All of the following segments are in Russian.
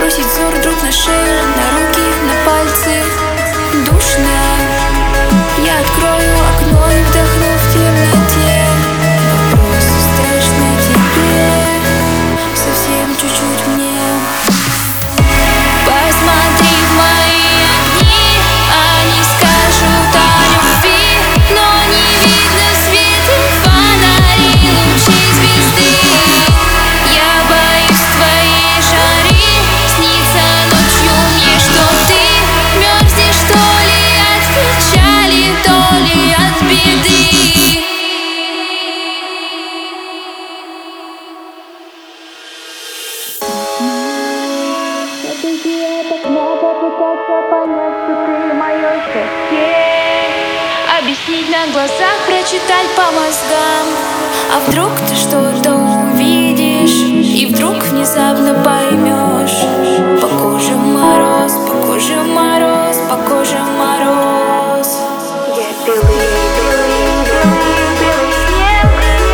бросить взор вдруг на шею, на руки, на пальцы. Душно. Я открою окно и вдохну в темноте. Вопросы страшны тебе, совсем чуть-чуть мне. Посмотри в мои огни, они скажут о любви, но не видно света фонари, лучи звезды. Я боюсь твоей жары, снится ночью мне, что ты мерзнешь, то ли от печали, то ли от беды. Отойди от окна, попытаться понять, что ты мое счастье. Объяснить на глазах, прочитать по мозгам. А вдруг ты что-то увидишь, и вдруг внезапно поймешь. По коже мороз, по коже мороз, по коже мороз. Я белый, белый, белый, белый снег.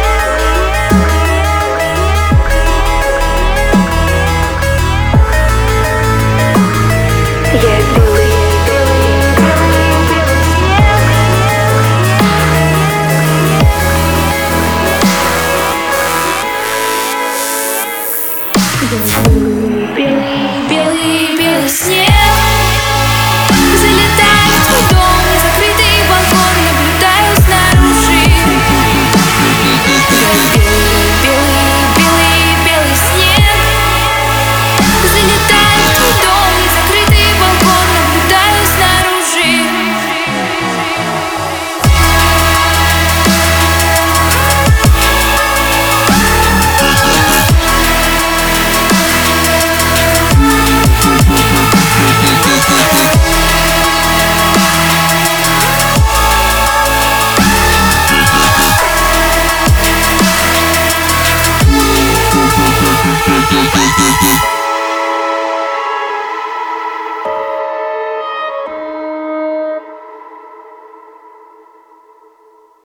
Я белый, белый, белый, белый снег. Белый, белый, белый снег.